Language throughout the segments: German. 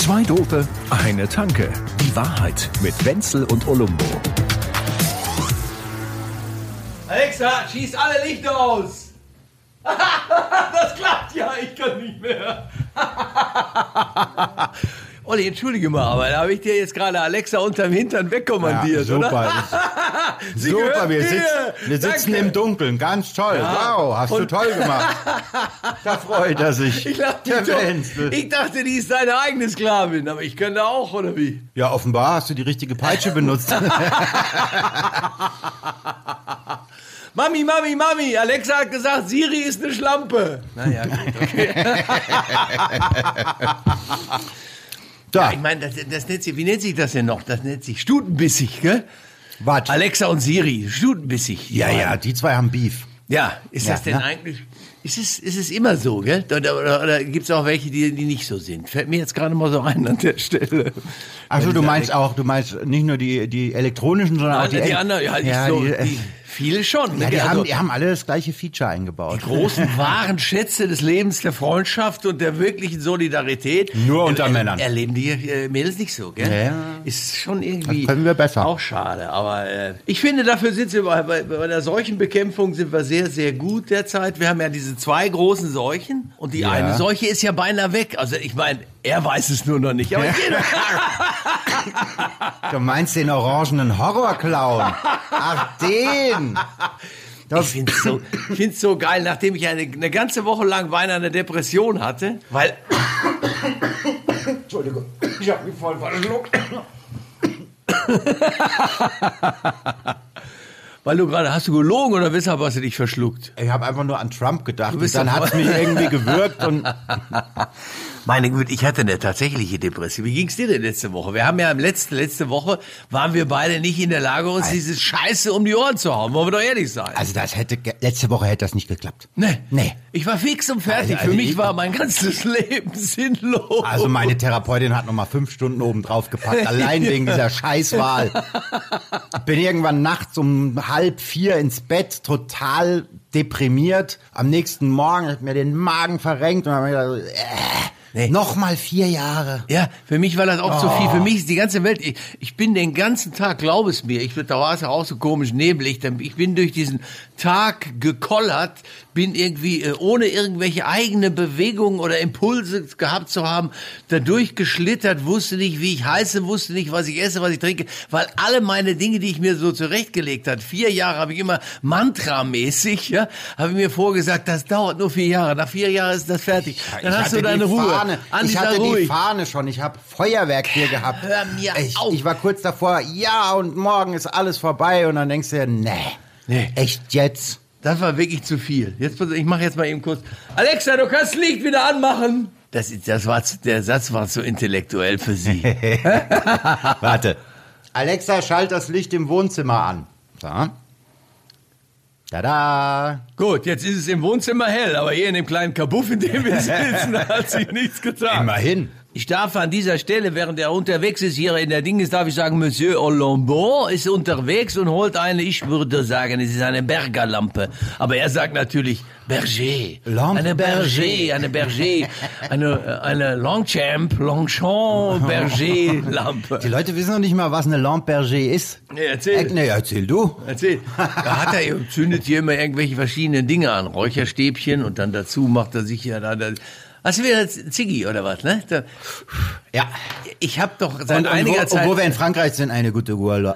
Zwei Dope, eine Tanke. Die Wahrheit mit Wenzel und Olumbo. Alexa, schieß alle Lichter aus! Das klappt ja, ich kann nicht mehr. Olli, entschuldige mal, aber da habe ich dir jetzt gerade Alexa unterm Hintern wegkommandiert, ja, super. oder? Super, wir sitzen im Dunkeln, ganz toll. Ja. Wow, hast du toll gemacht. Da freut er sich. Ich dachte, die ist deine eigene Sklavin, aber ich könnte auch, oder wie? Ja, offenbar hast du die richtige Peitsche benutzt. Mami, Alexa hat gesagt, Siri ist eine Schlampe. Naja, gut, okay. Ja, ich meine, das nennt sich, wie nennt sich das denn noch? Das nennt sich Stutenbissig, gell? Was? Alexa und Siri, Stutenbissig. Ja, die zwei haben Beef. Ja, ist das denn eigentlich, ist es immer so, gell? Oder gibt es auch welche, die nicht so sind? Fällt mir jetzt gerade mal so ein an der Stelle. Also du meinst nicht nur die elektronischen, sondern auch die anderen, viele schon. Ja, die haben alle das gleiche Feature eingebaut. Die großen, wahren Schätze des Lebens, der Freundschaft und der wirklichen Solidarität. Nur unter Männern. Erleben die Mädels nicht so, gell? Ja. Ist schon irgendwie das können wir besser. Auch schade. Aber ich finde, dafür sind wir bei der Seuchenbekämpfung sind wir sehr, sehr gut derzeit. Wir haben ja diese zwei großen Seuchen und die eine Seuche ist ja beinahe weg. Also ich meine, er weiß es nur noch nicht. Aber Du meinst den orangenen Horrorclown? Ach, den! Ich find's so geil, nachdem ich eine ganze Woche lang beinahe eine Depression hatte, weil... Entschuldigung, ich hab mich voll verschluckt. Weil hast du gelogen oder weshalb hast du dich verschluckt? Ich habe einfach nur an Trump gedacht und dann hat es mich irgendwie gewürgt und... Meine Güte, ich hatte eine tatsächliche Depression. Wie ging's dir denn letzte Woche? Wir haben ja letzte Woche waren wir beide nicht in der Lage, uns dieses Scheiße um die Ohren zu hauen. Wollen wir doch ehrlich sein. Also letzte Woche hätte das nicht geklappt. Nee. Ich war fix und fertig. Also für mich war mein ganzes Leben sinnlos. Also meine Therapeutin hat nochmal 5 Stunden oben drauf gepackt, allein wegen dieser Scheißwahl. Bin irgendwann nachts um 3:30 ins Bett, total deprimiert. Am nächsten Morgen hat mir den Magen verrenkt und habe mir gedacht, Nochmal 4 Jahre. Ja, für mich war das auch zu viel. Für mich ist die ganze Welt, ich bin den ganzen Tag, glaub es mir, da war es ja auch so komisch neblig, ich bin durch diesen Tag gekollert, bin irgendwie ohne irgendwelche eigene Bewegungen oder Impulse gehabt zu haben, da durchgeschlittert, wusste nicht, wie ich heiße, wusste nicht, was ich esse, was ich trinke, weil alle meine Dinge, die ich mir so zurechtgelegt habe, 4 Jahre habe ich immer mantramäßig, habe ich mir vorgesagt, das dauert nur 4 Jahre, nach 4 Jahren ist das fertig, dann hast du deine Ruhe. Ich hatte die Fahne schon, ich habe Feuerwerk hier gehabt. Hör mir auf. Ich war kurz davor, und morgen ist alles vorbei und dann denkst du dir, nee, echt jetzt? Das war wirklich zu viel. Ich mache jetzt mal eben kurz. Alexa, du kannst das Licht wieder anmachen. Der Satz war zu intellektuell für sie. Warte. Alexa, schalt das Licht im Wohnzimmer an. So. Tada! Gut, jetzt ist es im Wohnzimmer hell, aber hier in dem kleinen Kabuff, in dem wir sitzen, hat sich nichts getan. Immerhin. Ich darf an dieser Stelle, während er unterwegs ist, hier in der Dinges, darf ich sagen, Monsieur Olombo ist unterwegs und holt ich würde sagen, es ist eine Bergerlampe. Aber er sagt natürlich Berger. Eine Berger, eine Longchamp Berger Lampe. Die Leute wissen noch nicht mal, was eine Lampe Berger ist. Nee, erzähl. Erzähl du. Da zündet hier immer irgendwelche verschiedenen Dinge an. Räucherstäbchen und dann dazu macht er sich ja da... Hast du wieder Ziggy oder was, ne? Ja. Ich habe doch seit einiger Zeit... Wo wir in Frankreich sind, eine gute Gauloise.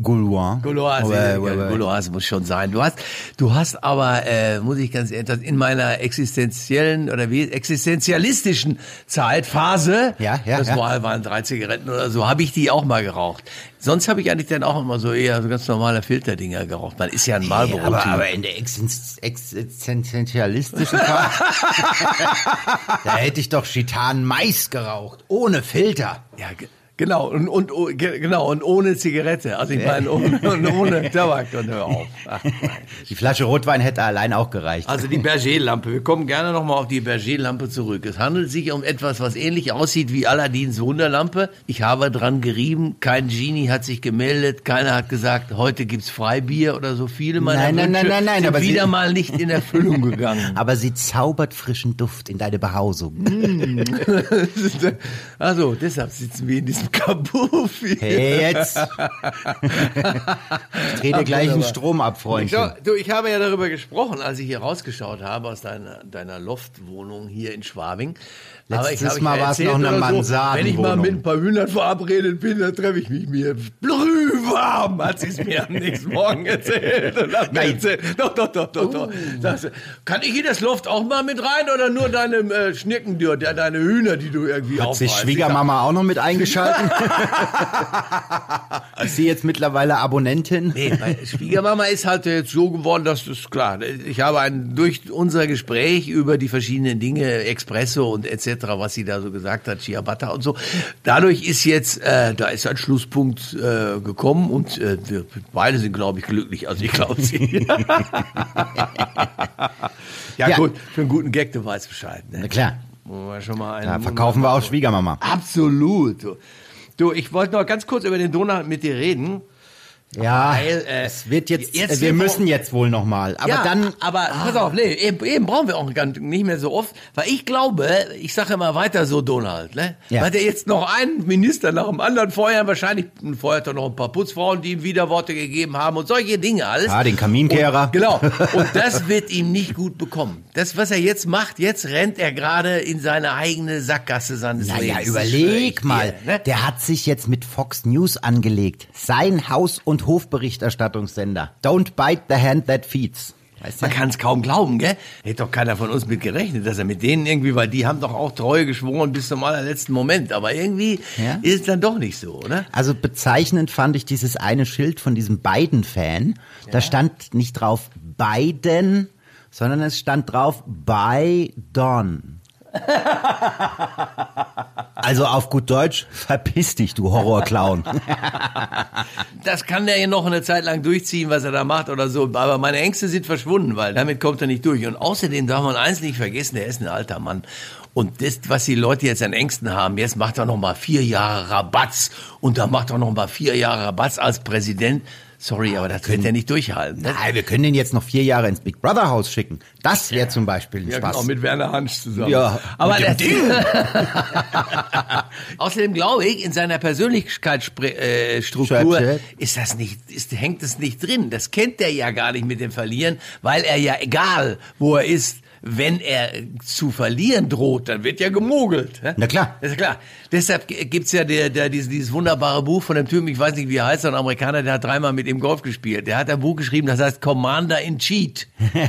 Gauloise muss schon sein. Du hast aber, muss ich ganz ehrlich, in meiner existenzialistischen Phase, waren 3 Zigaretten oder so, habe ich die auch mal geraucht. Sonst habe ich eigentlich dann auch immer so eher so ganz normale Filterdinger geraucht. Man ist ja ein Marlboro. Aber in der existenzialistischen Phase, da hätte ich doch Chitan Mais geraucht, ohne Filter. Ja, Genau, und ohne Zigarette. Also ich meine, ohne Tabak. Und hör auf. Ach, die Flasche Rotwein hätte allein auch gereicht. Also die Berger-Lampe. Wir kommen gerne nochmal auf die Berger-Lampe zurück. Es handelt sich um etwas, was ähnlich aussieht wie Aladins Wunderlampe. Ich habe dran gerieben. Kein Genie hat sich gemeldet. Keiner hat gesagt, heute gibt's Freibier oder so. Viele meiner Wünsche sind aber wieder mal nicht in Erfüllung gegangen. Aber sie zaubert frischen Duft in deine Behausung. Also, deshalb sitzen wir in diesem Kabuff. Hey, jetzt. Ich drehe dir gleich einen Strom ab, Freundchen. Ich habe ja darüber gesprochen, als ich hier rausgeschaut habe aus deiner Loftwohnung hier in Schwabing. Letztes Mal war es noch eine Mansardenwohnung. Wenn ich mal mit ein paar Hühnern verabredet bin, dann treffe ich mich mir brühwarm, hat sie es mir am nächsten Morgen erzählt. Und hat mir erzählt. Doch. Kann ich in das Loft auch mal mit rein oder nur deine Schnecken, deine Hühner, die du irgendwie aufweist? Hat sich Schwiegermama auch noch mit eingeschaltet? Ist sie jetzt mittlerweile Abonnentin? Nee, Schwiegermama ist halt jetzt so geworden, dass das klar. Ich habe durch unser Gespräch über die verschiedenen Dinge, Espresso und etc., was sie da so gesagt hat, Ciabatta und so. Dadurch ist jetzt, da ist ein Schlusspunkt gekommen und wir beide sind, glaube ich, glücklich. Also ich glaube sie. Ja gut, für einen guten Gag, du weißt Bescheid. Ne? Na klar. Schon mal da verkaufen wir auch Schwiegermama. Absolut. Du, ich wollte noch ganz kurz über den Donald mit dir reden. Ja, es wird wir müssen jetzt wohl noch mal. Aber ja, dann. Aber pass auf, nee, eben brauchen wir auch nicht mehr so oft, weil ich glaube, ich sage immer weiter so Donald, ne? Ja. Weil der jetzt noch einen Minister nach dem anderen feuern, wahrscheinlich feuert er noch ein paar Putzfrauen, die ihm Widerworte gegeben haben und solche Dinge alles. Ja, den Kaminkehrer. Und, genau. Und das wird ihm nicht gut bekommen. Das, was er jetzt macht, jetzt rennt er gerade in seine eigene Sackgasse seines Lebens. Ja, überleg mal, ne? Der hat sich jetzt mit Fox News angelegt. Sein Haus- und Hofberichterstattungssender. Don't bite the hand that feeds. Weißt du? Man kann es kaum glauben, gell? Hätte doch keiner von uns mit gerechnet, dass er mit denen irgendwie, weil die haben doch auch Treue geschworen bis zum allerletzten Moment. Aber irgendwie ist es dann doch nicht so, oder? Also bezeichnend fand ich dieses eine Schild von diesem Biden-Fan. Ja. Da stand nicht drauf Biden, sondern es stand drauf By Don. Also auf gut Deutsch, verpiss dich, du Horrorclown. Das kann der ja noch eine Zeit lang durchziehen, was er da macht oder so. Aber meine Ängste sind verschwunden, weil damit kommt er nicht durch. Und außerdem darf man eins nicht vergessen, er ist ein alter Mann. Und das, was die Leute jetzt an Ängsten haben, jetzt macht er noch mal 4 Jahre Rabatz und dann macht er noch mal 4 Jahre Rabatz als Präsident. Sorry, aber das wird er nicht durchhalten. Ne? Nein, wir können den jetzt noch 4 Jahre ins Big Brother Haus schicken. Das wäre zum Beispiel ein Spaß. Genau, mit Werner Hansch zusammen. Ja, aber außerdem glaube ich, in seiner Persönlichkeitsstruktur hängt es nicht drin. Das kennt er ja gar nicht mit dem Verlieren, weil er ja, egal wo er ist, wenn er zu verlieren droht, dann wird ja gemogelt. Na klar. Das ist klar. Deshalb gibt's ja dieses wunderbare Buch von dem Typen, ich weiß nicht, wie er heißt, ein Amerikaner, der hat 3-mal mit ihm Golf gespielt. Der hat ein Buch geschrieben, das heißt Commander in Cheat.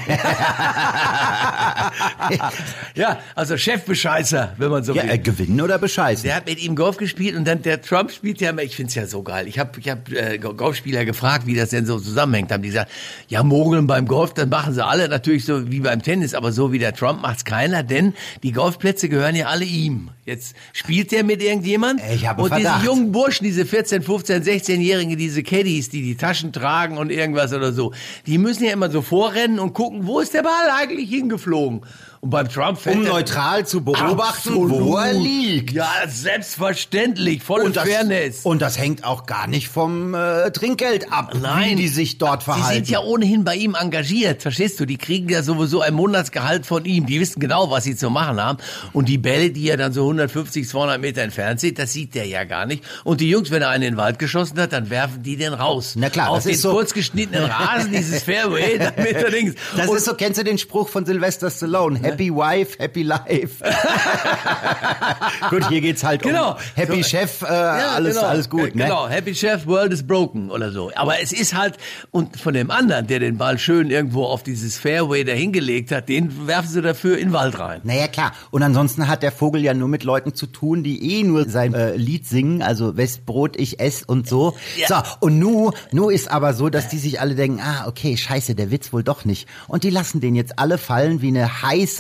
Ja, also Chefbescheißer, wenn man so will. Ja, gewinnen oder bescheißen. Der hat mit ihm Golf gespielt und dann der Trump spielt ja, ich find's ja so geil. Ich hab Golfspieler gefragt, wie das denn so zusammenhängt. Haben die gesagt, ja, mogeln beim Golf, dann machen sie alle natürlich so wie beim Tennis, aber so wie der Trump macht's keiner, denn die Golfplätze gehören ja alle ihm. Jetzt spielt der mit irgendjemand ich habe und Verdacht. diese jungen Burschen, diese 14, 15, 16-Jährigen, diese Caddies, die Taschen tragen und irgendwas oder so, die müssen ja immer so vorrennen und gucken, wo ist der Ball eigentlich hingeflogen? Und beim Trump um neutral zu beobachten, wo er liegt. Ja, selbstverständlich, volle Fairness. Und das hängt auch gar nicht vom Trinkgeld ab, Nein, wie die sich dort verhalten. Die sind ja ohnehin bei ihm engagiert, verstehst du? Die kriegen ja sowieso ein Monatsgehalt von ihm. Die wissen genau, was sie zu machen haben. Und die Bälle, die er dann so 150, 200 Meter entfernt sieht, das sieht der ja gar nicht. Und die Jungs, wenn er einen in den Wald geschossen hat, dann werfen die den raus. Na klar, auf das den ist so kurz geschnittenen Rasen, dieses Fairway, damit er links. Das ist so, kennst du den Spruch von Sylvester Stallone? Happy Wife, Happy Life. Gut, hier geht's halt um Happy Chef, alles gut. Ne? Genau, Happy Chef, World is broken oder so. Aber es ist halt, und von dem anderen, der den Ball schön irgendwo auf dieses Fairway dahingelegt hat, den werfen sie dafür in den Wald rein. Naja, klar. Und ansonsten hat der Vogel ja nur mit Leuten zu tun, die nur sein Lied singen, also Westbrot, ich ess und so. Ja. So, und nu ist aber so, dass die sich alle denken, okay, scheiße, der Witz wohl doch nicht. Und die lassen den jetzt alle fallen wie eine heiße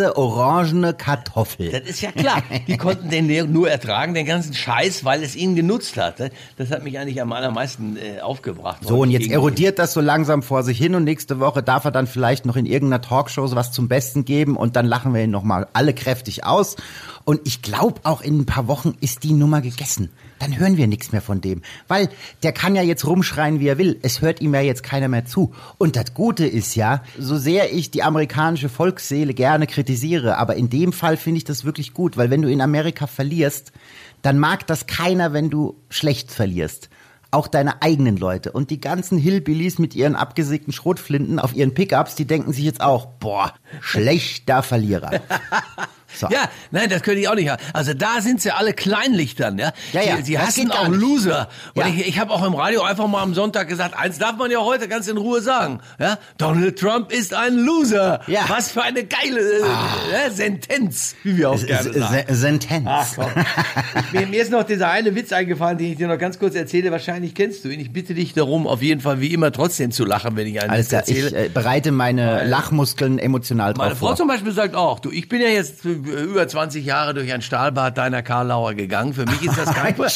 weiße, orangene Kartoffel. Das ist ja klar. Die konnten den nur ertragen, den ganzen Scheiß, weil es ihnen genutzt hat. Das hat mich eigentlich am allermeisten aufgebracht. So, und jetzt erodiert das so langsam vor sich hin und nächste Woche darf er dann vielleicht noch in irgendeiner Talkshow was zum Besten geben und dann lachen wir ihn nochmal alle kräftig aus. Und ich glaube, auch in ein paar Wochen ist die Nummer gegessen. Dann hören wir nichts mehr von dem. Weil der kann ja jetzt rumschreien, wie er will. Es hört ihm ja jetzt keiner mehr zu. Und das Gute ist ja, so sehr ich die amerikanische Volksseele gerne kritisiere, aber in dem Fall finde ich das wirklich gut, weil wenn du in Amerika verlierst, dann mag das keiner, wenn du schlecht verlierst. Auch deine eigenen Leute. Und die ganzen Hillbillies mit ihren abgesägten Schrotflinten auf ihren Pickups, die denken sich jetzt auch, boah, schlechter Verlierer. So. Ja, nein, das könnte ich auch nicht haben. Also da sind sie alle Kleinlichtern, ja. Ja, sie hassen auch Loser. Und ja. ich habe auch im Radio einfach mal am Sonntag gesagt, eins darf man ja heute ganz in Ruhe sagen, ja. Donald Trump ist ein Loser. Ja. Was für eine geile Sentenz, wie wir auch gerne sagen. Sentenz. Ach komm. Mir ist noch dieser eine Witz eingefallen, den ich dir noch ganz kurz erzähle. Wahrscheinlich kennst du ihn. Ich bitte dich darum, auf jeden Fall wie immer trotzdem zu lachen, wenn ich einen Witz erzähle. Ich bereite meine Lachmuskeln emotional drauf Meine Frau vor. zum Beispiel sagt auch, du, ich bin ja jetzt über 20 Jahre durch ein Stahlbad deiner Karlauer gegangen. Für mich ist das kein Ein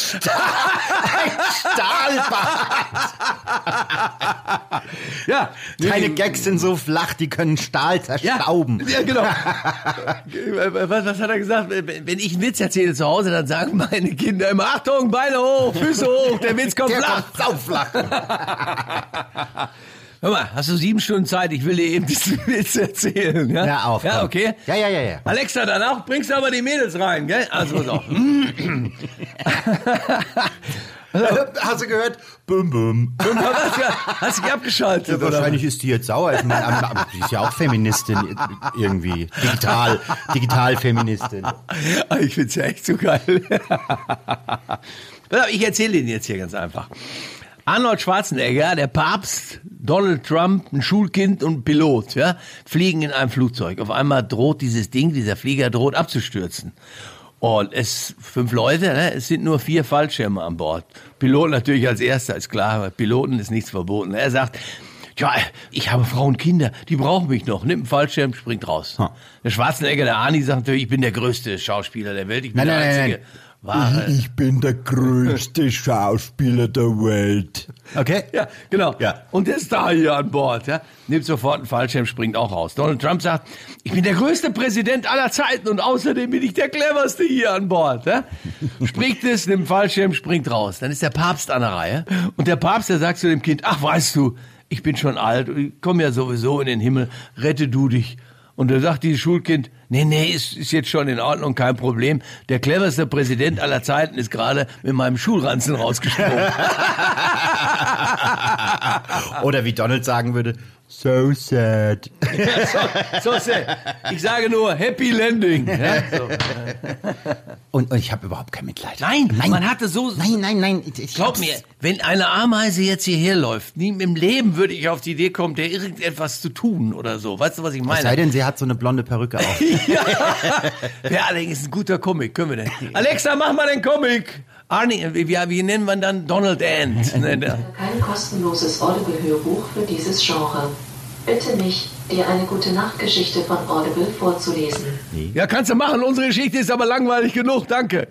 Stahlbad. Ja, Keine Gags sind so flach, die können Stahl zerstauben. Ja, genau. Was hat er gesagt? Wenn ich einen Witz erzähle zu Hause, dann sagen meine Kinder immer, Achtung, Beine hoch, Füße hoch, der Witz kommt flach. Sauflach. Hör mal, hast du 7 Stunden Zeit? Ich will dir eben diesen Witz erzählen. Ja, Ja, auf. Ja, okay. Ja. Alexa, danach bringst du aber die Mädels rein, gell? Also, pass auf. Hast du gehört? Bum, bum. Hast du die abgeschaltet? Ja, oder? wahrscheinlich ist die jetzt sauer. Ich meine, aber die ist ja auch Feministin irgendwie. Digital-Feministin. Ich find's ja echt so geil. Ich erzähle Ihnen jetzt hier ganz einfach. Arnold Schwarzenegger, der Papst, Donald Trump, ein Schulkind und ein Pilot, ja, fliegen in einem Flugzeug. Auf einmal droht dieser Flieger droht abzustürzen. Und 5 Leute, ne? Es sind nur 4 Fallschirme an Bord. Pilot natürlich als erster, ist klar, bei Piloten ist nichts verboten. Er sagt, ja, ich habe Frau und Kinder, die brauchen mich noch. Nimmt einen Fallschirm, springt raus. Der Schwarzenegger, der Arnie, sagt natürlich, ich bin der größte Schauspieler der Welt, ich bin der Einzige. Ich bin der größte Schauspieler der Welt. Okay? Ja, genau. Ja. Und der Star hier an Bord, ja, nimmt sofort einen Fallschirm, springt auch raus. Donald Trump sagt, ich bin der größte Präsident aller Zeiten und außerdem bin ich der cleverste hier an Bord, ja. Springt es, nimmt einen Fallschirm, springt raus. Dann ist der Papst an der Reihe und der Papst, der sagt zu dem Kind, ach, weißt du, ich bin schon alt, ich komme ja sowieso in den Himmel, rette du dich. Und da sagt dieses Schulkind, nee, ist jetzt schon in Ordnung, kein Problem. Der cleverste Präsident aller Zeiten ist gerade mit meinem Schulranzen rausgesprungen. Oder wie Donald sagen würde, so sad. So sad. Ich sage nur Happy Landing. Ja, so. Und ich habe überhaupt kein Mitleid. Nein, man hatte so... Nein. Glaub mir, wenn eine Ameise jetzt hierher läuft, nie im Leben würde ich auf die Idee kommen, der irgendetwas zu tun oder so. Weißt du, was ich meine? Es sei denn, sie hat so eine blonde Perücke auf. Ja. Wer allerdings ist ein guter Comic, können wir denn? Alexa, mach mal den Comic. Arnie, wie nennen wir dann Donald Ant? Kein kostenloses Audible-Hörbuch für dieses Genre. Bitte nicht, dir eine gute Nachtgeschichte von Audible vorzulesen. Ja, kannst du machen. Unsere Geschichte ist aber langweilig genug. Danke.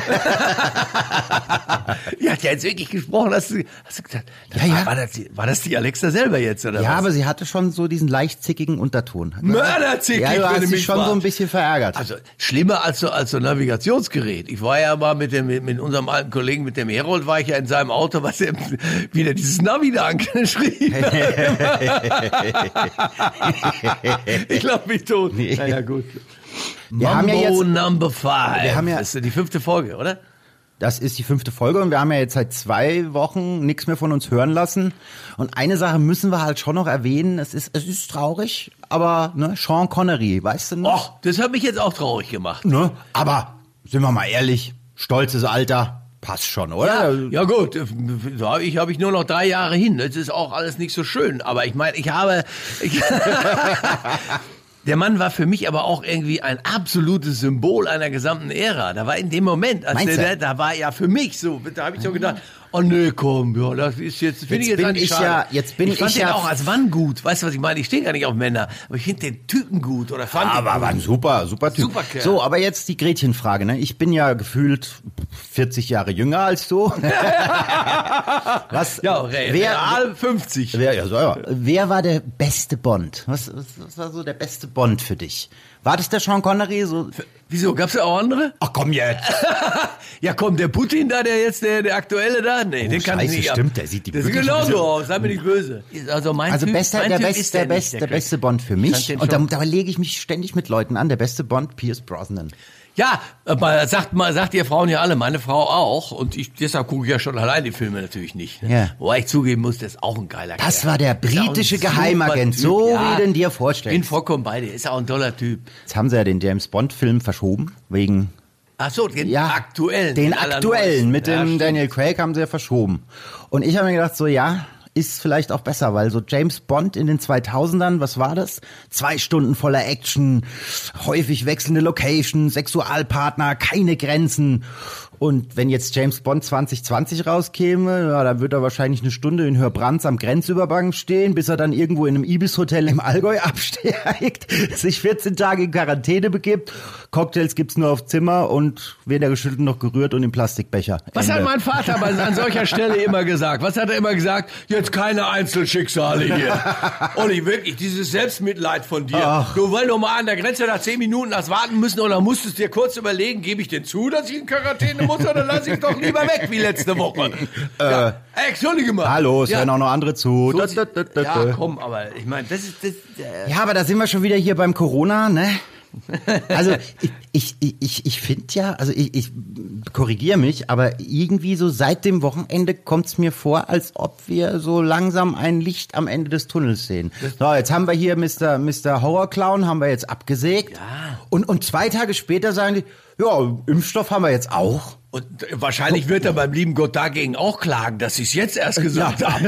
Die hat ja jetzt wirklich gesprochen. Hast du gesagt, Ja. War das die Alexa selber jetzt, oder was? Ja, aber sie hatte schon so diesen leicht zickigen Unterton. Mörderzickig, Ja, du wenn hast du sie mich schon fragst. so ein bisschen verärgert. Also schlimmer als so ein Navigationsgerät. Ich war ja mal mit unserem alten Kollegen, mit dem Herold, war ich ja in seinem Auto, was er wieder dieses Navi da angeschrieben hat. Ich glaube mich tot. Nee. Naja, gut. Wir haben ja jetzt- Number 5. Wir haben ja- Das ist die 5. Folge, oder? Das ist die 5. Folge und wir haben ja jetzt seit 2 Wochen nichts mehr von uns hören lassen. Und eine Sache müssen wir halt schon noch erwähnen. Es ist traurig, aber ne, Sean Connery, weißt du noch? Och, das hat mich jetzt auch traurig gemacht. Ne? Aber sind wir mal ehrlich, stolzes Alter, passt schon, oder? Ja gut, da habe ich nur noch 3 Jahre hin. Das ist auch alles nicht so schön. Aber ich meine, der Mann war für mich aber auch irgendwie ein absolutes Symbol einer gesamten Ära. Da war in dem Moment, da war ja für mich so, da habe ich so gedacht, Oh nee, komm, ja, das ist jetzt, finde ich jetzt eigentlich schade. Ich fand den auch als Mann gut, weißt du, was ich meine? Ich stehe gar nicht auf Männer, aber ich finde den Typen gut, oder fand den aber war ein super Typ. Super Kerl. So, aber jetzt die Gretchenfrage, ne? Ich bin ja gefühlt 40 Jahre jünger als du. Was? Ja, real 50. Wer war der beste Bond? Was war so der beste Bond für dich? War das der Sean Connery? So? Wieso, gab's ja auch andere? Ach komm jetzt. Ja komm, der Putin da, der aktuelle da? Nee, den kann ich nicht stimmt, der sieht die Das sieht Briten genauso schon aus, sei mir nicht böse. Also der beste Bond für mich. Und da lege ich mich ständig mit Leuten an. Der beste Bond, Pierce Brosnan. Ja, aber sagt ihr Frauen ja alle, meine Frau auch. Und deshalb gucke ich ja schon allein die Filme natürlich nicht. Ne? Ja. Wobei ich zugeben muss, das ist auch ein geiler Kerl. Das war der britische Geheimagent, so wie den dir vorstellst. Bin vollkommen bei dir, ist auch ein toller Typ. Jetzt haben sie ja den James Bond-Film verschoben, wegen... Ach so, den aktuellen. Den aktuellen, mit dem stimmt. Daniel Craig haben sie ja verschoben. Und ich habe mir gedacht, so ist vielleicht auch besser, weil so James Bond in den 2000ern, was war das? 2 Stunden voller Action, häufig wechselnde Locations, Sexualpartner, keine Grenzen. Und wenn jetzt James Bond 2020 rauskäme, dann wird er wahrscheinlich eine Stunde in Hörbrands am Grenzübergang stehen, bis er dann irgendwo in einem Ibis-Hotel im Allgäu absteigt, sich 14 Tage in Quarantäne begibt. Cocktails gibt's nur auf Zimmer und weder geschüttelt noch gerührt und im Plastikbecher. Was Ende. hat mein Vater an solcher Stelle immer gesagt? Was hat er immer gesagt? Jetzt keine Einzelschicksale hier. Olli, wirklich, dieses Selbstmitleid von dir. Ach. Du, weil du mal an der Grenze nach 10 Minuten hast warten müssen oder musstest dir kurz überlegen, gebe ich denn zu, dass ich in Quarantäne muss oder lass ich doch lieber weg wie letzte Woche? Entschuldige mal. Hallo, es hören auch noch andere zu. Ja, komm, aber ich meine, das ist... Ja, aber da sind wir schon wieder hier beim Corona, ne? Also ich finde ja, also ich korrigiere mich, aber irgendwie so seit dem Wochenende kommt es mir vor, als ob wir so langsam ein Licht am Ende des Tunnels sehen. So, jetzt haben wir hier Mr. Horror Clown, haben wir jetzt abgesägt. Ja. Und 2 Tage später sagen die, ja, Impfstoff haben wir jetzt auch. Und wahrscheinlich wird er beim lieben Gott dagegen auch klagen, dass sie es jetzt erst gesagt haben.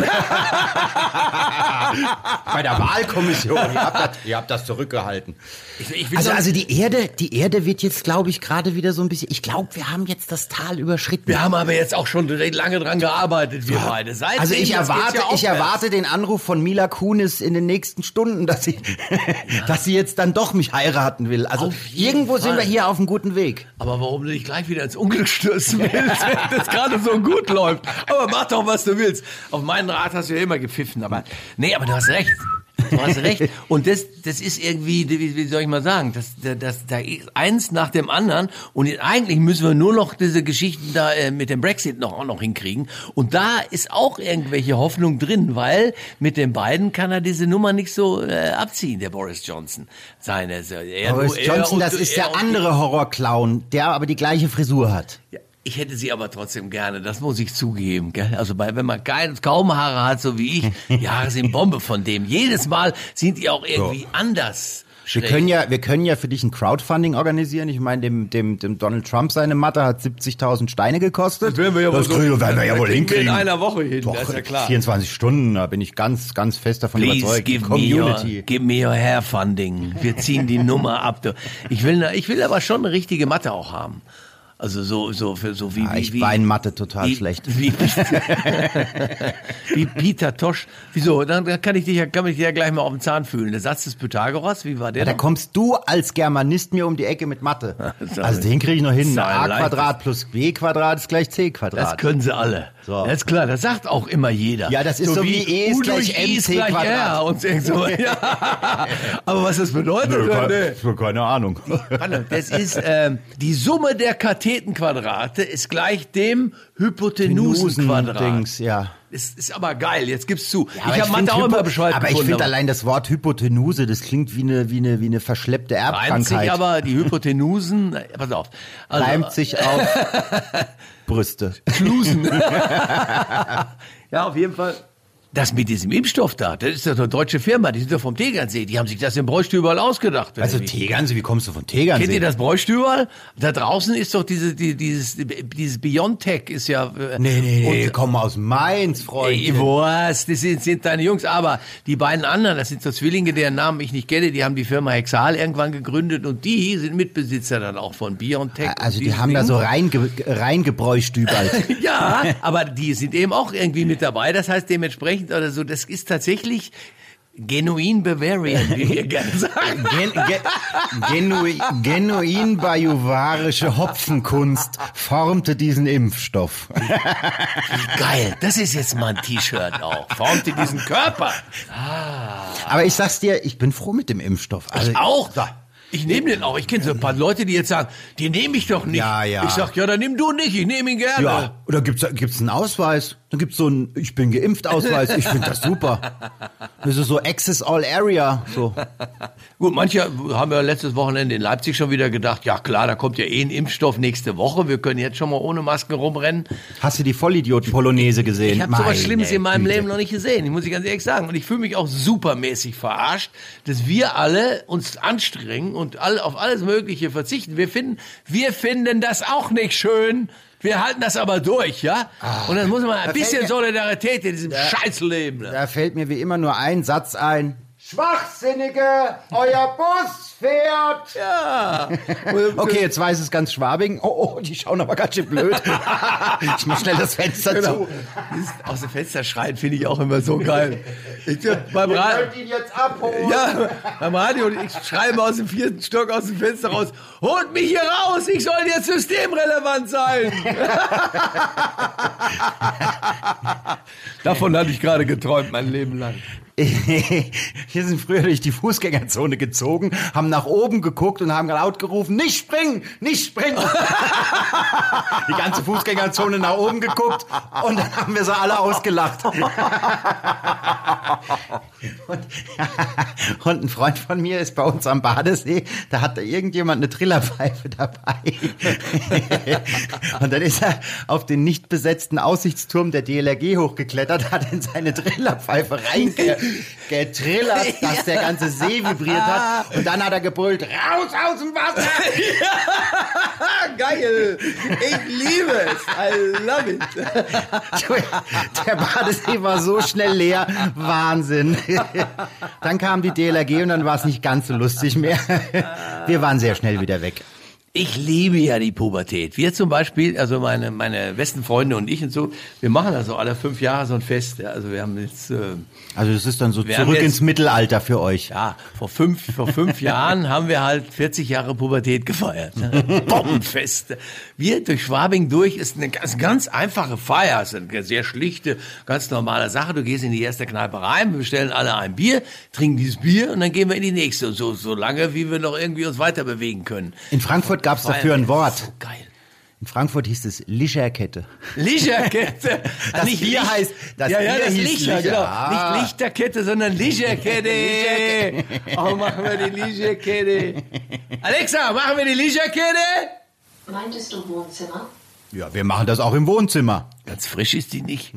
Bei der Wahlkommission, ihr habt das zurückgehalten. Ich will Also die Erde wird jetzt, glaube ich, gerade wieder so ein bisschen, ich glaube, wir haben jetzt das Tal überschritten. Wir haben aber jetzt auch schon lange dran gearbeitet, wir beide. Seitdem, Also ich das geht's ja aufwärts. erwarte den Anruf von Mila Kunis in den nächsten Stunden, dass sie jetzt dann doch mich heiraten will. Also Auf jeden irgendwo sind Fall. wir hier auf einem guten Weg. Aber warum du dich gleich wieder ins Unglück stürzen willst, wenn das gerade so gut läuft? Aber mach doch, was du willst. Auf meinen Rat hast du ja immer gepfiffen. Aber du hast recht. Du hast recht. Und das ist irgendwie, wie soll ich mal sagen, da ist eins nach dem anderen. Und eigentlich müssen wir nur noch diese Geschichten da mit dem Brexit auch noch hinkriegen. Und da ist auch irgendwelche Hoffnung drin, weil mit den beiden kann er diese Nummer nicht so abziehen, der Boris Johnson. Boris Johnson, das ist der andere Horrorclown, der aber die gleiche Frisur hat. Ja, ich hätte sie aber trotzdem gerne, das muss ich zugeben. Gell? Also wenn man kaum Haare hat, so wie ich, die Haare sind Bombe von dem. Jedes Mal sind die auch irgendwie anders. Wir können ja für dich ein Crowdfunding organisieren. Ich meine, dem Donald Trump seine Matte hat 70.000 Steine gekostet. Das werden wir ja wohl hinkriegen. In einer Woche hin, Doch, das ist ja klar. 24 Stunden, da bin ich ganz, ganz fest davon Please überzeugt. give me your hair funding. Wir ziehen die Nummer ab. Ich will aber schon eine richtige Matte auch haben. Also so wie ich war in Mathe total schlecht. Wie Peter Tosh. Wieso? Dann kann ich dich ja gleich mal auf den Zahn fühlen. Der Satz des Pythagoras, wie war der? Ja, da kommst du als Germanist mir um die Ecke mit Mathe. Also den kriege ich noch hin. A² plus B² ist gleich C². Das können sie alle. So. Das ist klar, das sagt auch immer jeder. Ja, das ist so wie E ist gleich MC². R und so. Ja. Aber was das bedeutet? Keine Ahnung. Das ist die Summe der Kathetenquadrate ist gleich dem Hypotenusenquadrat. Dings, ja. Ist aber geil, jetzt gib's zu. Ja, ich habe Mathe auch immer bescheuert aber gefunden. Ich finde allein das Wort Hypotenuse, das klingt wie eine verschleppte Erbkrankheit. Reimt sich aber die Hypotenusen, pass auf. Also, reimt sich auf Brüste. Schlusen. Ja, auf jeden Fall. Das mit diesem Impfstoff da, das ist doch eine deutsche Firma, die sind doch vom Tegernsee, die haben sich das im Bräustüberl ausgedacht. Also Tegernsee, wie kommst du von Tegernsee? Kennt ihr das Bräustüberl? Da draußen ist doch dieses BioNTech ist ja... Nee, komm aus Mainz, Freundchen. Was? Das sind deine Jungs, aber die beiden anderen, das sind so Zwillinge, deren Namen ich nicht kenne, die haben die Firma Hexal irgendwann gegründet und die sind Mitbesitzer dann auch von BioNTech. Also die haben da so reingebräustübert. Ja, aber die sind eben auch irgendwie mit dabei, das heißt dementsprechend oder so, das ist tatsächlich genuin Bavarian, wie wir gerne sagen. Genuin bajuwarische Hopfenkunst formte diesen Impfstoff. Geil, das ist jetzt mal ein T-Shirt auch. Formte diesen Körper. Aber ich sag's dir, ich bin froh mit dem Impfstoff. Also, ich auch. Ich nehme den auch. Ich kenne so ein paar Leute, die jetzt sagen, den nehme ich doch nicht. Ja. Ich sag, ja, dann nimm du nicht, ich nehme ihn gerne. Ja, oder gibt's einen Ausweis? Dann gibt's so einen Ich bin geimpft Ausweis. Ich finde das super. Das ist so Access All Area. So. Gut, manche haben ja letztes Wochenende in Leipzig schon wieder gedacht, ja klar, da kommt ja ein Impfstoff nächste Woche. Wir können jetzt schon mal ohne Masken rumrennen. Hast du die Vollidioten-Polonaise gesehen? Ich habe sowas Schlimmes in meinem Leben noch nicht gesehen, muss ich ganz ehrlich sagen. Und ich fühle mich auch supermäßig verarscht, dass wir alle uns anstrengen und auf alles Mögliche verzichten. Wir finden das auch nicht schön. Wir halten das aber durch, ja? Und dann muss man ein bisschen Solidarität in diesem Scheißleben. Da fällt mir wie immer nur ein Satz ein. Schwachsinnige, euer Bus fährt. Ja. Okay, jetzt weiß es ganz Schwabing. Oh, die schauen aber ganz schön blöd. Ich mach schnell das Fenster zu. Aus dem Fenster schreien finde ich auch immer so geil. Ich beim Radio ihn jetzt abholen. Ja, beim Radio, ich schreie mal aus dem 4. Stock aus dem Fenster raus. Holt mich hier raus, ich soll jetzt systemrelevant sein. Davon hatte ich gerade geträumt, mein Leben lang. Wir sind früher durch die Fußgängerzone gezogen, haben nach oben geguckt und haben laut gerufen, nicht springen, nicht springen. Die ganze Fußgängerzone nach oben geguckt und dann haben wir sie alle ausgelacht. Und ein Freund von mir ist bei uns am Badesee, da hat irgendjemand eine Trillerpfeife dabei. Und dann ist er auf den nicht besetzten Aussichtsturm der DLRG hochgeklettert, hat in seine Trillerpfeife getrillert, dass der ganze See vibriert hat. Und dann hat er gebrüllt, raus aus dem Wasser! Geil! Ich liebe es! I love it! Der Badesee war so schnell leer. Wahnsinn. Dann kam die DLRG und dann war es nicht ganz so lustig mehr. Wir waren sehr schnell wieder weg. Ich liebe ja die Pubertät. Wir zum Beispiel, also meine besten Freunde und ich und so, wir machen also alle 5 Jahre so ein Fest. Ja. Also wir haben jetzt... also das ist dann so zurück ins Mittelalter für euch. Ja, vor fünf Jahren haben wir halt 40 Jahre Pubertät gefeiert. Bombenfest. Wir durch Schwabing durch ist eine ganz einfache Feier. Es ist eine sehr schlichte, ganz normale Sache. Du gehst in die erste Kneipe rein, wir bestellen alle ein Bier, trinken dieses Bier und dann gehen wir in die nächste. Und so lange, wie wir noch irgendwie uns weiter bewegen können. In Frankfurt gab es dafür ein Wort. So geil. In Frankfurt hieß es Licherkette. Licherkette. Das nicht Bier heißt, das hieß Licher, genau. Nicht Lichterkette, sondern Licherkette. Oh, machen wir die Licherkette. Alexa, machen wir die Licherkette? Meintest du Wohnzimmer? Ja, wir machen das auch im Wohnzimmer. Ganz frisch ist die nicht.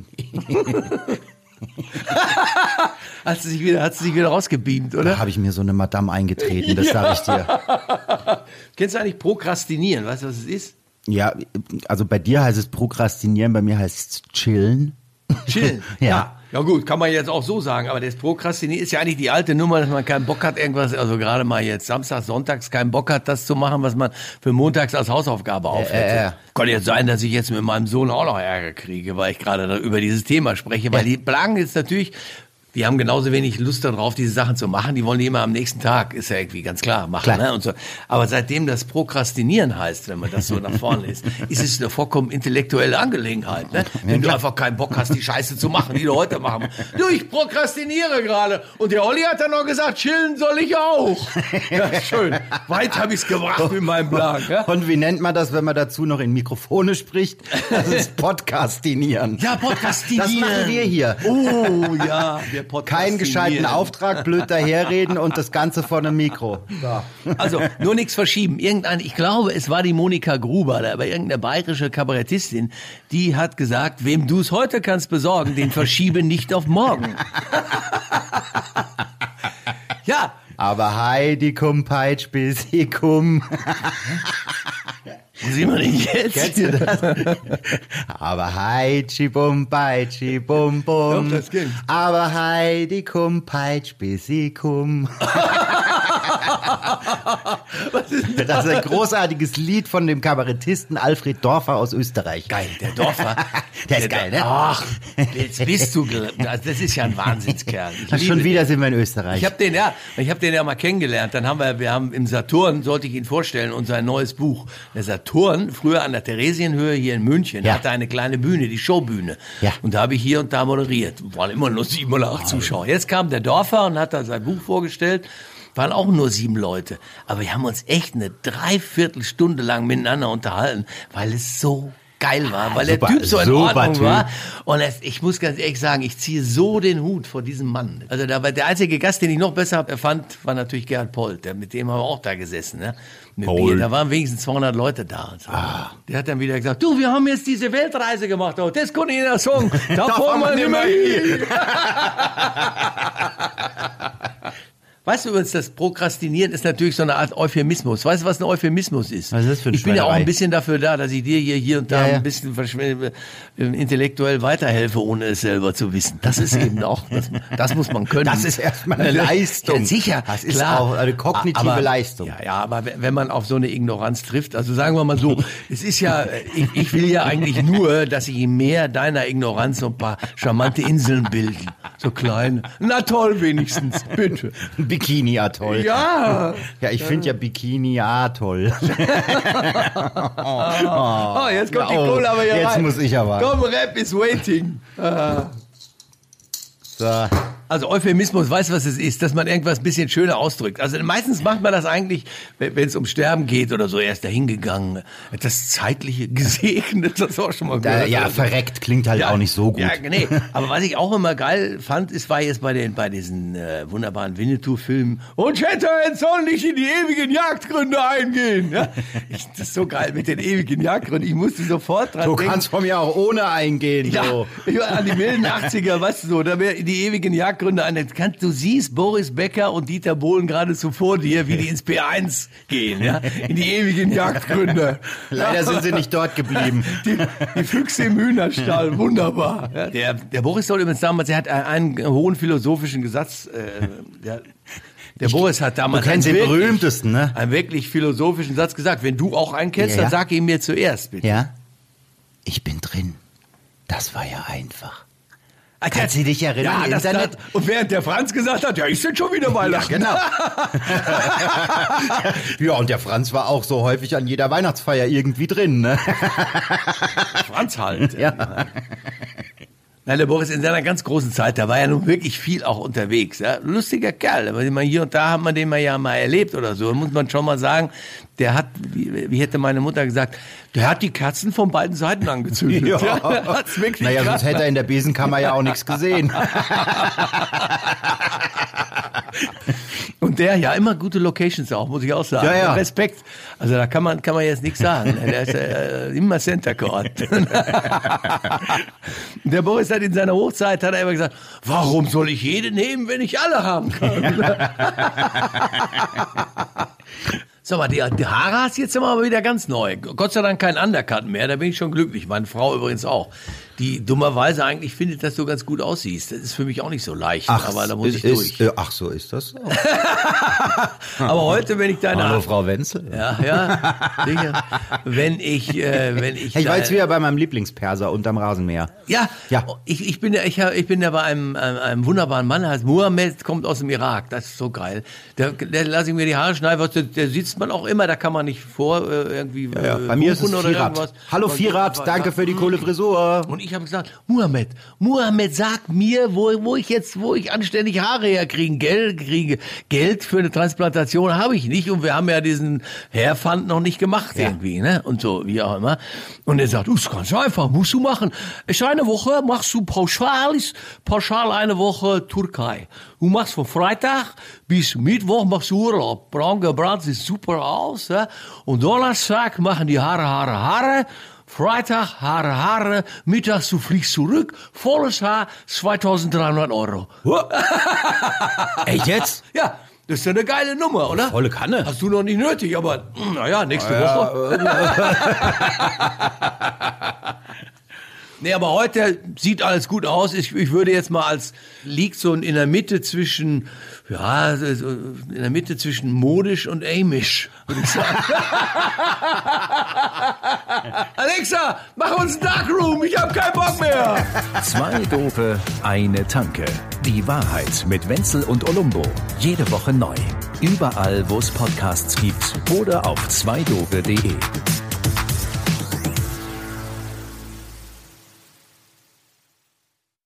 Hat sie sich wieder rausgebeamt, oder? Da habe ich mir so eine Madame eingetreten, das sage ich dir. Kennst du eigentlich Prokrastinieren? Weißt du, was es ist? Ja, also bei dir heißt es Prokrastinieren, bei mir heißt es Chillen. Chillen? Ja. Ja gut, kann man jetzt auch so sagen, aber das Prokrastinieren ist ja eigentlich die alte Nummer, dass man keinen Bock hat, irgendwas, also gerade mal jetzt samstags, sonntags keinen Bock hat, das zu machen, was man für montags als Hausaufgabe aufhält. Kann jetzt sein, dass ich jetzt mit meinem Sohn auch noch Ärger kriege, weil ich gerade über dieses Thema spreche, weil die plagen jetzt natürlich, die haben genauso wenig Lust darauf, diese Sachen zu machen, die wollen die immer am nächsten Tag, ist ja irgendwie ganz klar, machen. Ne? Und so. Aber seitdem das Prokrastinieren heißt, wenn man das so nach vorne liest, ist es eine vollkommen intellektuelle Angelegenheit. Ne? Wenn du einfach keinen Bock hast, die Scheiße zu machen, die du heute machen. Du, ich prokrastiniere gerade. Und der Olli hat dann noch gesagt, chillen soll ich auch. Ja, schön. Weit habe ich es gebracht mit meinem Plan. Ja? Und wie nennt man das, wenn man dazu noch in Mikrofone spricht? Das ist Podcastinieren. Ja, Podcastinieren. Das machen wir hier. Oh, ja. wir Keinen gescheiten Auftrag, blöd daherreden und das Ganze vor einem Mikro. So. Also, nur nichts verschieben. Ich glaube, es war die Monika Gruber, aber irgendeine bayerische Kabarettistin, die hat gesagt, wem du es heute kannst besorgen, den verschiebe nicht auf morgen. Ja. Aber Heidi kum peitsch bis sie kum. Sieht man nicht jetzt? Kennst du das? Aber Heidi bum peitschi bum bum. Doch, das ging. Aber Heidi kum peitsch bis sie kum. Das ist ein großartiges Lied von dem Kabarettisten Alfred Dorfer aus Österreich. Geil, der Dorfer. Der ist geil, ne? Ach, jetzt bist du, das ist ja ein Wahnsinnskerl. Schon wieder sind wir in Österreich. Ich habe den ja mal kennengelernt. Dann wir haben im Saturn, sollte ich ihn vorstellen, und sein neues Buch. Der Saturn, früher an der Theresienhöhe hier in München, hatte eine kleine Bühne, die Showbühne. Ja. Und da habe ich hier und da moderiert. Waren immer nur 7 oder 8 Zuschauer. Jetzt kam der Dorfer und hat da sein Buch vorgestellt. Waren auch nur 7 Leute. Aber wir haben uns echt eine Dreiviertelstunde lang miteinander unterhalten, weil es so geil war, weil der Typ so in Ordnung war. Und ich muss ganz ehrlich sagen, ich ziehe so den Hut vor diesem Mann. Also der einzige Gast, den ich noch besser fand, war natürlich Gerhard Polt. Mit dem haben wir auch da gesessen. Ne? Mit Bier. Da waren wenigstens 200 Leute da. Und so. Der hat dann wieder gesagt, du, wir haben jetzt diese Weltreise gemacht. Oh, das konnte ich in der Song. Da fahren wir nicht mehr hin. Weißt du übrigens, das Prokrastinieren ist natürlich so eine Art Euphemismus. Weißt du, was ein Euphemismus ist? Was ist das für ein Ich bin ja auch ein bisschen dafür da, dass ich dir hier und da ein bisschen intellektuell weiterhelfe, ohne es selber zu wissen. Das ist eben auch, das muss man können. Das ist erstmal eine Leistung. Ja, sicher, das ist auch eine kognitive Leistung. Ja, aber wenn man auf so eine Ignoranz trifft, also sagen wir mal so, es ist ja, ich will ja eigentlich nur, dass sich im Meer deiner Ignoranz so ein paar charmante Inseln bilden. So kleine. Na toll, wenigstens, bitte. Bikini-Atoll. Ja. Ja, ich finde ja Bikini-Atoll. Oh, jetzt kommt die Kohle aber hier rein. Jetzt muss ich aber. Komm, Rap is waiting. So. Also Euphemismus, weißt du, was es ist? Dass man irgendwas ein bisschen schöner ausdrückt. Also meistens macht man das eigentlich, wenn es um Sterben geht oder so. Er ist da hingegangen, das Zeitliche gesegnet, das auch schon mal gehört. Ja, verreckt klingt halt auch nicht so gut. Ja, nee. Aber was ich auch immer geil fand, war jetzt bei diesen wunderbaren Winnetou-Filmen. Und Shatterhand soll nicht in die ewigen Jagdgründe eingehen. Ja? Das ist so geil mit den ewigen Jagdgründen. Ich musste sofort dran denken. Du kannst von mir auch ohne eingehen. Ja, so. An die milden 80er, weißt du so, da wäre die ewigen Jagdgründe. Du siehst Boris Becker und Dieter Bohlen geradezu vor dir, wie die ins P1 gehen, ja, in die ewigen Jagdgründe. Leider sind sie nicht dort geblieben. Die Füchse im Hühnerstall, wunderbar. Ja, der Boris soll übrigens damals, er hat einen hohen philosophischen Gesatz, der Boris hat damals den berühmtesten, ne? Einen wirklich philosophischen Satz gesagt. Wenn du auch einen kennst, dann sag ihn mir zuerst, bitte. Ja? Ich bin drin. Das war ja einfach. Kannst du dich erinnern? Ja, Internet? Und während der Franz gesagt hat, ja, ich bin schon wieder Weihnachten. Ja, genau. Ja, und der Franz war auch so häufig an jeder Weihnachtsfeier irgendwie drin, ne? Franz halt. Ja. Nein, der Boris in seiner ganz großen Zeit, da war ja nun wirklich viel auch unterwegs. Ja? Lustiger Kerl, aber hier und da hat man den ja mal erlebt oder so. Da muss man schon mal sagen, der hat, wie hätte meine Mutter gesagt, der hat die Kerzen von beiden Seiten angezündet. Ja. Der hat's wirklich naja, krass. sonst hätte er in der Besenkammer ja auch nichts gesehen. Und der ja immer gute Locations auch, muss ich auch sagen. Ja. Respekt. Also da kann man jetzt nichts sagen. Der ist immer Center Court. Der Boris hat in seiner Hochzeit hat er immer gesagt, warum soll ich jede nehmen, wenn ich alle haben kann? Sag mal, die Haare hast jetzt aber wieder ganz neu. Gott sei Dank kein Undercut mehr, da bin ich schon glücklich. Meine Frau übrigens auch. Die dummerweise eigentlich findet, dass du ganz gut aussiehst. Das ist für mich auch nicht so leicht, aber da muss ich durch. Ach, so ist das. Aber heute, wenn ich deine... Hallo, Frau Wenzel. Ja, sicher. Wenn ich ich war jetzt wieder bei meinem Lieblingsperser unterm Rasenmäher. Ja. Ich bin ja bei einem wunderbaren Mann, der heißt Mohammed, kommt aus dem Irak. Das ist so geil. Der lasse ich mir die Haare schneiden, der sitzt man auch immer, da kann man nicht vor irgendwie... bei mir ist es Vierrad. Hallo Vierrad, danke für die coole Frisur. Und ich habe gesagt, Muhammad, sag mir, wo ich anständig Haare herkriegen, Geld für eine Transplantation habe ich nicht und wir haben ja diesen Hairfund noch nicht gemacht irgendwie, ne? Und so, wie auch immer. Und er sagt, das ist ganz einfach, musst du machen. Ist eine Woche, machst du pauschal eine Woche Türkei. Du machst von Freitag bis Mittwoch machst du Urlaub. Braun gebrannt, sieht super aus, ja? Und Donnerstag machen die Haare. Freitag, Haare, mittags du fliegst zurück, volles Haar, 2.300 Euro. Echt jetzt? Ja, das ist ja eine geile Nummer, oder? Volle Kanne. Hast du noch nicht nötig, aber naja, nächste Woche. Nee, aber heute sieht alles gut aus. Ich würde jetzt mal liegt so in der Mitte zwischen modisch und amish, würde ich sagen. Alexa, mach uns ein Darkroom, ich hab keinen Bock mehr. 2 Doofe, eine Tanke. Die Wahrheit mit Wenzel und Olumbo. Jede Woche neu. Überall, wo es Podcasts gibt oder auf zweidofe.de.